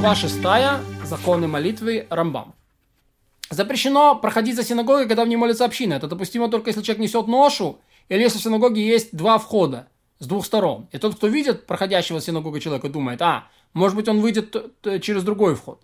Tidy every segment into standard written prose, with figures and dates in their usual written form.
Глава 6. Законы молитвы. Рамбам. Запрещено проходить за синагогой, когда в ней молится община. Это допустимо только если человек несет ношу, или если в синагоге есть два входа с двух сторон. И тот, кто видит проходящего синагогу человека, думает, может быть, он выйдет через другой вход.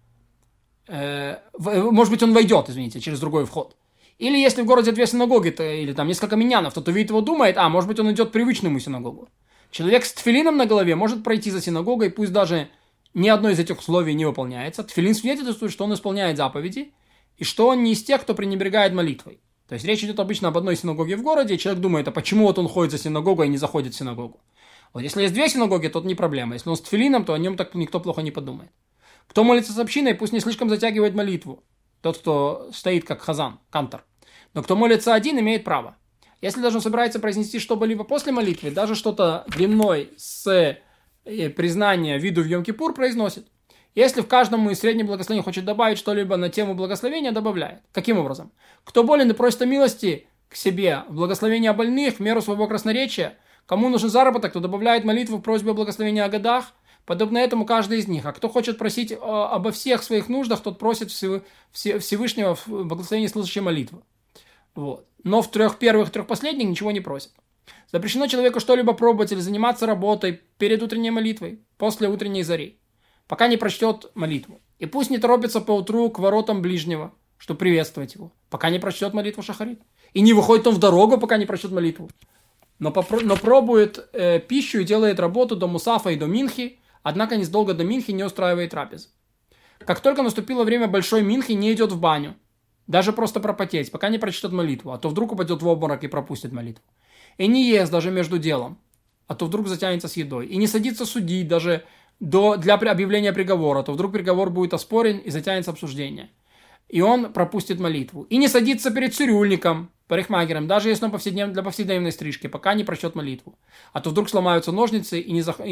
Может быть, он войдет, через другой вход. Или если в городе две синагоги, или там несколько миньянов, тот увидит его, думает, может быть, он идет в привычную синагогу. Человек с тфилином на голове может пройти за синагогой, пусть даже ни одно из этих условий не выполняется. Тфилин свидетельствует, что он исполняет заповеди, и что он не из тех, кто пренебрегает молитвой. То есть речь идет обычно об одной синагоге в городе, и человек думает, почему вот он ходит за синагогу, а не заходит в синагогу. Вот если есть две синагоги, то это не проблема. Если он с тфилином, то о нем так никто плохо не подумает. Кто молится с общиной, пусть не слишком затягивает молитву. Тот, кто стоит как хазан, кантор. Но кто молится один, имеет право. Если даже он собирается произнести что-либо после молитвы, даже что-то длиной с признания виду в Йом-Кипур произносит. Если в каждом из среднем благословении хочет добавить что-либо на тему благословения, добавляет. Каким образом? Кто болен и просит о милости к себе, в благословении о больных, в меру своего красноречия, кому нужен заработок, то добавляет молитву в просьбе о благословении о годах, подобно этому каждый из них. А кто хочет просить обо всех своих нуждах, тот просит Всевышнего в благословении слышащей молитвы. Вот. Но в трех последних ничего не просит. Запрещено человеку что-либо пробовать или заниматься работой перед утренней молитвой, после утренней зари, пока не прочтет молитву. И пусть не торопится поутру к воротам ближнего, чтобы приветствовать его, пока не прочтет молитву шахарит. И не выходит он в дорогу, пока не прочтет молитву. Но пробует пищу и делает работу до мусафа и до минхи, однако незадолго до минхи не устраивает трапезы. Как только наступило время большой минхи, не идет в баню, даже просто пропотеть, пока не прочтет молитву, а то вдруг упадет в обморок и пропустит молитву. И не ест даже между делом, а то вдруг затянется с едой. И не садится судить даже для объявления приговора, а то вдруг приговор будет оспорен и затянется обсуждение. И он пропустит молитву. И не садится перед цирюльником, парикмахером, даже если он для повседневной стрижки, пока не прочтет молитву. А то вдруг сломаются ножницы,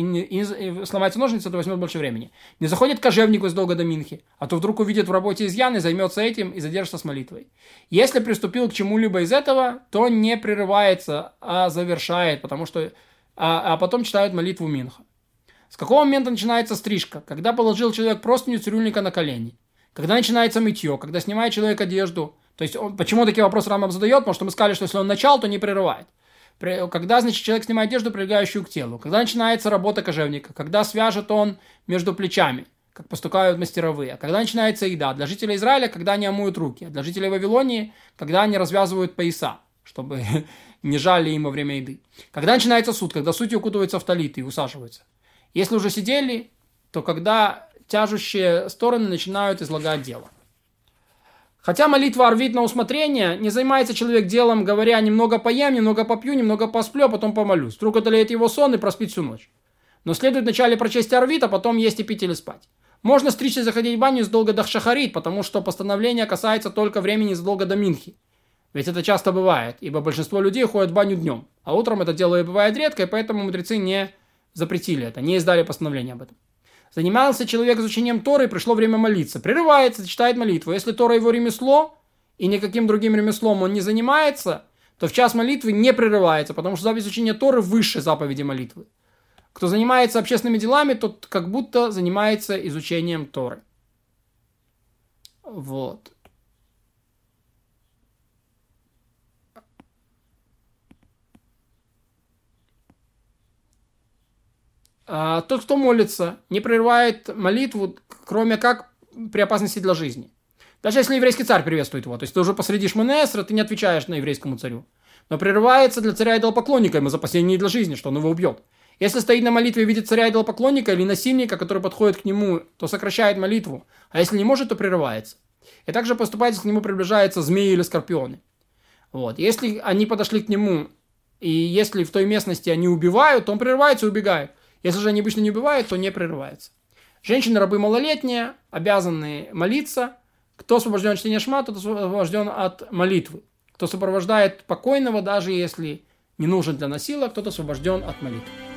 сломаются ножницы, то возьмет больше времени. Не заходит к кожевнику с долго до минхи, а то вдруг увидит в работе изъяны, займется этим и задержится с молитвой. Если приступил к чему-либо из этого, то не прерывается, а завершает, потому что потом читают молитву минха. С какого момента начинается стрижка? Когда положил человек простыню цирюльника на колени. Когда начинается мытье, когда снимает человек одежду. То есть, почему такие вопросы Рамбам задает? Потому что мы сказали, что если он начал, то не прерывает. Когда, человек снимает одежду, прилегающую к телу. Когда начинается работа кожевника. Когда свяжет он между плечами, как поступают мастеровые. Когда начинается еда. Для жителей Израиля, когда они омоют руки. Для жителей Вавилонии, когда они развязывают пояса, чтобы не жали им во время еды. Когда начинается суд, когда судьи укутываются в талиты и усаживаются. Если уже сидели, то когда тяжущие стороны начинают излагать дело. Хотя молитва арвит на усмотрение, не занимается человек делом, говоря, немного поем, немного попью, немного посплю, а потом помолюсь. Вдруг одолеет его сон и проспит всю ночь. Но следует вначале прочесть арвит, а потом есть и пить или спать. Можно стричься и заходить в баню задолго до шахарит, потому что постановление касается только времени задолго до минхи. Ведь это часто бывает, ибо большинство людей ходят в баню днем, а утром это дело и бывает редко, и поэтому мудрецы не запретили это, не издали постановление об этом. Занимался человек изучением Торы, и пришло время молиться. Прерывается, читает молитву. Если Тора его ремесло, и никаким другим ремеслом он не занимается, то в час молитвы не прерывается, потому что заповедь изучения Торы выше заповеди молитвы. Кто занимается общественными делами, тот как будто занимается изучением Торы. Вот. Тот, кто молится, не прерывает молитву, кроме как при опасности для жизни. Даже если еврейский царь приветствует его, то есть ты уже посреди Шмоне Эсры, ты не отвечаешь на еврейскому царю. Но прерывается для царя идолопоклонника, ему опасение для жизни, что он его убьет. Если стоит на молитве и видит царя идолопоклонника или насильника, который подходит к нему, то сокращает молитву, а если не может, то прерывается. И также поступает, если к нему приближаются змеи или скорпионы. Вот. Если они подошли к нему, и если в той местности они убивают, то он прерывается и убегает. Если же они обычно не убивают, то не прерывается. Женщины-рабы малолетние обязаны молиться. Кто освобожден от чтения шма, тот освобожден от молитвы. Кто сопровождает покойного, даже если не нужен для насила, тот освобожден от молитвы.